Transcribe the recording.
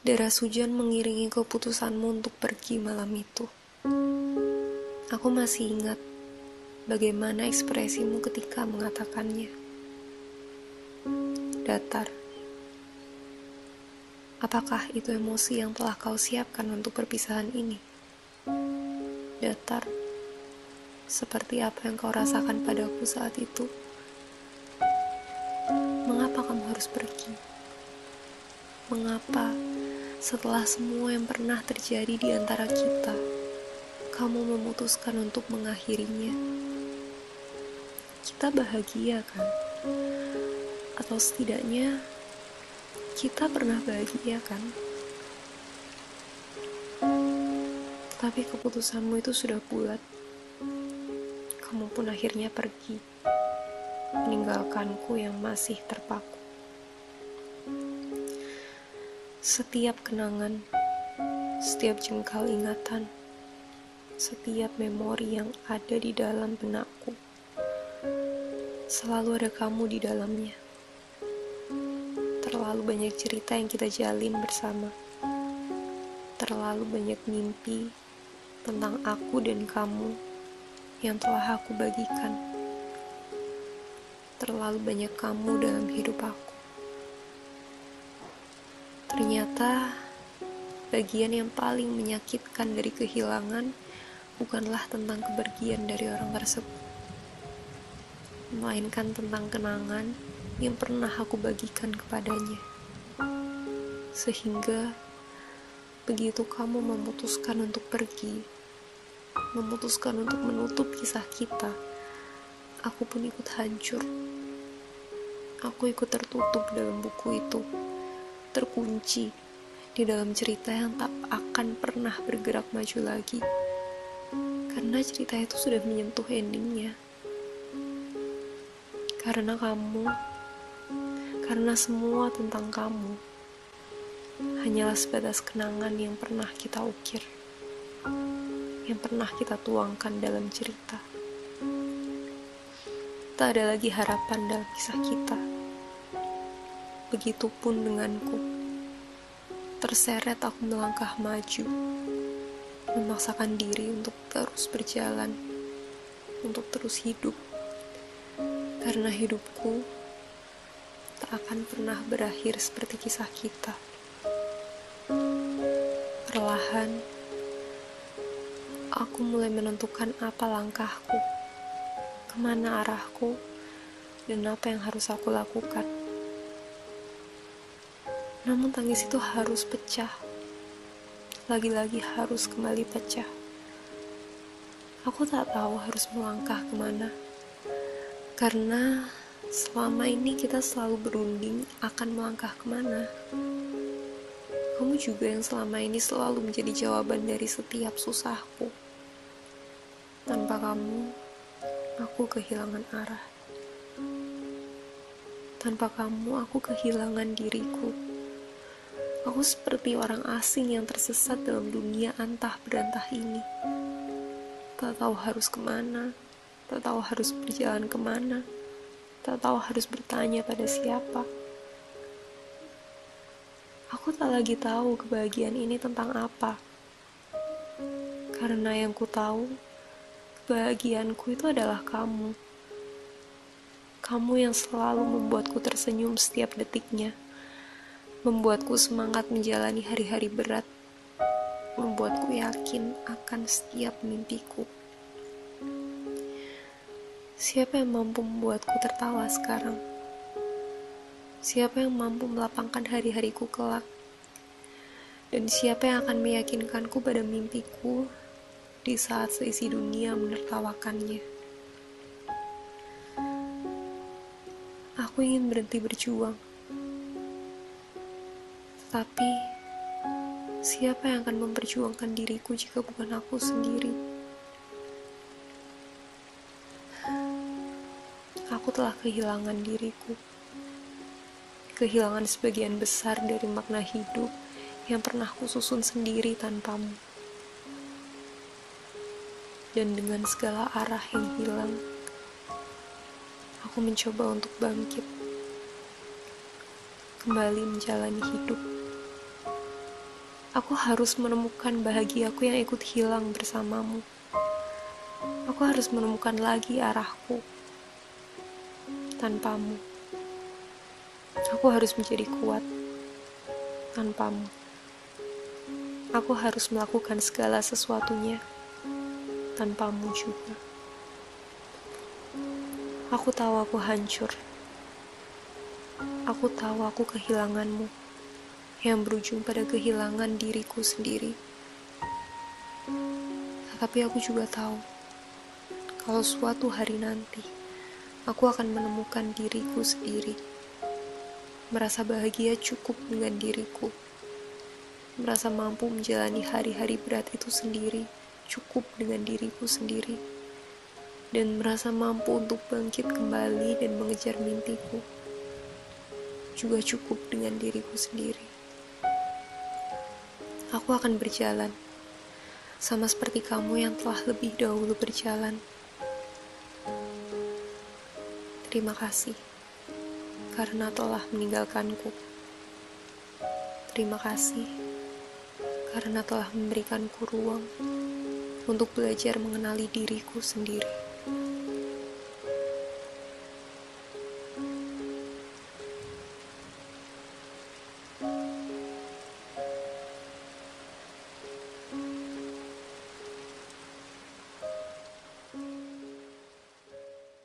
Deras hujan mengiringi keputusanmu untuk pergi malam itu. Aku masih ingat bagaimana ekspresimu ketika mengatakannya. Datar. Apakah itu emosi yang telah kau siapkan untuk perpisahan ini? Datar. Seperti apa yang kau rasakan padaku saat itu? Mengapa kamu harus pergi? Mengapa setelah semua yang pernah terjadi di antara kita, kamu memutuskan untuk mengakhirinya? Kita bahagia kan? Atau setidaknya kita pernah bahagia kan? Tapi keputusanmu itu sudah bulat. Kamu pun akhirnya pergi, meninggalkanku yang masih terpaku. Setiap kenangan, setiap jengkal ingatan, setiap memori yang ada di dalam benakku, selalu ada kamu di dalamnya. Terlalu banyak cerita yang kita jalin bersama. Terlalu banyak mimpi tentang aku dan kamu yang telah aku bagikan. Terlalu banyak kamu dalam hidup aku. Ternyata bagian yang paling menyakitkan dari kehilangan bukanlah tentang kepergian dari orang tersebut, melainkan tentang kenangan yang pernah aku bagikan kepadanya. Sehingga begitu kamu memutuskan untuk pergi, memutuskan untuk menutup kisah kita, aku pun ikut hancur. Aku ikut tertutup dalam buku itu, terkunci di dalam cerita yang tak akan pernah bergerak maju lagi. Karena cerita itu sudah menyentuh endingnya. Karena kamu, karena semua tentang kamu hanyalah sebatas kenangan yang pernah kita ukir, yang pernah kita tuangkan dalam cerita. Tak ada lagi harapan dalam kisah kita. Begitupun denganku. Terseret aku melangkah maju, memaksakan diri untuk terus berjalan, untuk terus hidup. Karena hidupku tak akan pernah berakhir seperti kisah kita. Perlahan, aku mulai menentukan apa langkahku, kemana arahku, dan apa yang harus aku lakukan. Namun tangis itu harus pecah. Lagi-lagi harus kembali pecah. Aku tak tahu harus melangkah kemana. Karena selama ini kita selalu berunding akan melangkah kemana. Kamu juga yang selama ini selalu menjadi jawaban dari setiap susahku. Tanpa kamu, aku kehilangan arah. Tanpa kamu, aku kehilangan diriku. Aku seperti orang asing yang tersesat dalam dunia antah berantah ini. Tak tahu harus kemana, tak tahu harus berjalan kemana, tak tahu harus bertanya pada siapa. Aku tak lagi tahu kebahagiaan ini tentang apa. Karena yang ku tahu, kebahagiaanku itu adalah kamu. Kamu yang selalu membuatku tersenyum setiap detiknya. Membuatku semangat menjalani hari-hari berat. Membuatku yakin akan setiap mimpiku. Siapa yang mampu membuatku tertawa sekarang? Siapa yang mampu melapangkan hari-hariku kelak? Dan siapa yang akan meyakinkanku pada mimpiku di saat seisi dunia menertawakannya? Aku ingin berhenti berjuang. Tapi siapa yang akan memperjuangkan diriku jika bukan aku sendiri? Aku telah kehilangan diriku. Kehilangan sebagian besar dari makna hidup yang pernah kususun sendiri tanpamu. Dan dengan segala arah yang hilang, aku mencoba untuk bangkit, kembali menjalani hidup. Aku harus menemukan bahagiaku yang ikut hilang bersamamu. Aku harus menemukan lagi arahku tanpamu. Aku harus menjadi kuat tanpamu. Aku harus melakukan segala sesuatunya tanpamu juga. Aku tahu aku hancur. Aku tahu aku kehilanganmu, yang berujung pada kehilangan diriku sendiri. Tetapi aku juga tahu, kalau suatu hari nanti, aku akan menemukan diriku sendiri. Merasa bahagia cukup dengan diriku. Merasa mampu menjalani hari-hari berat itu sendiri, cukup dengan diriku sendiri. Dan merasa mampu untuk bangkit kembali dan mengejar mimpiku, juga cukup dengan diriku sendiri. Aku akan berjalan, sama seperti kamu yang telah lebih dahulu berjalan. Terima kasih, karena telah meninggalkanku. Terima kasih, karena telah memberikanku ruang untuk belajar mengenali diriku sendiri.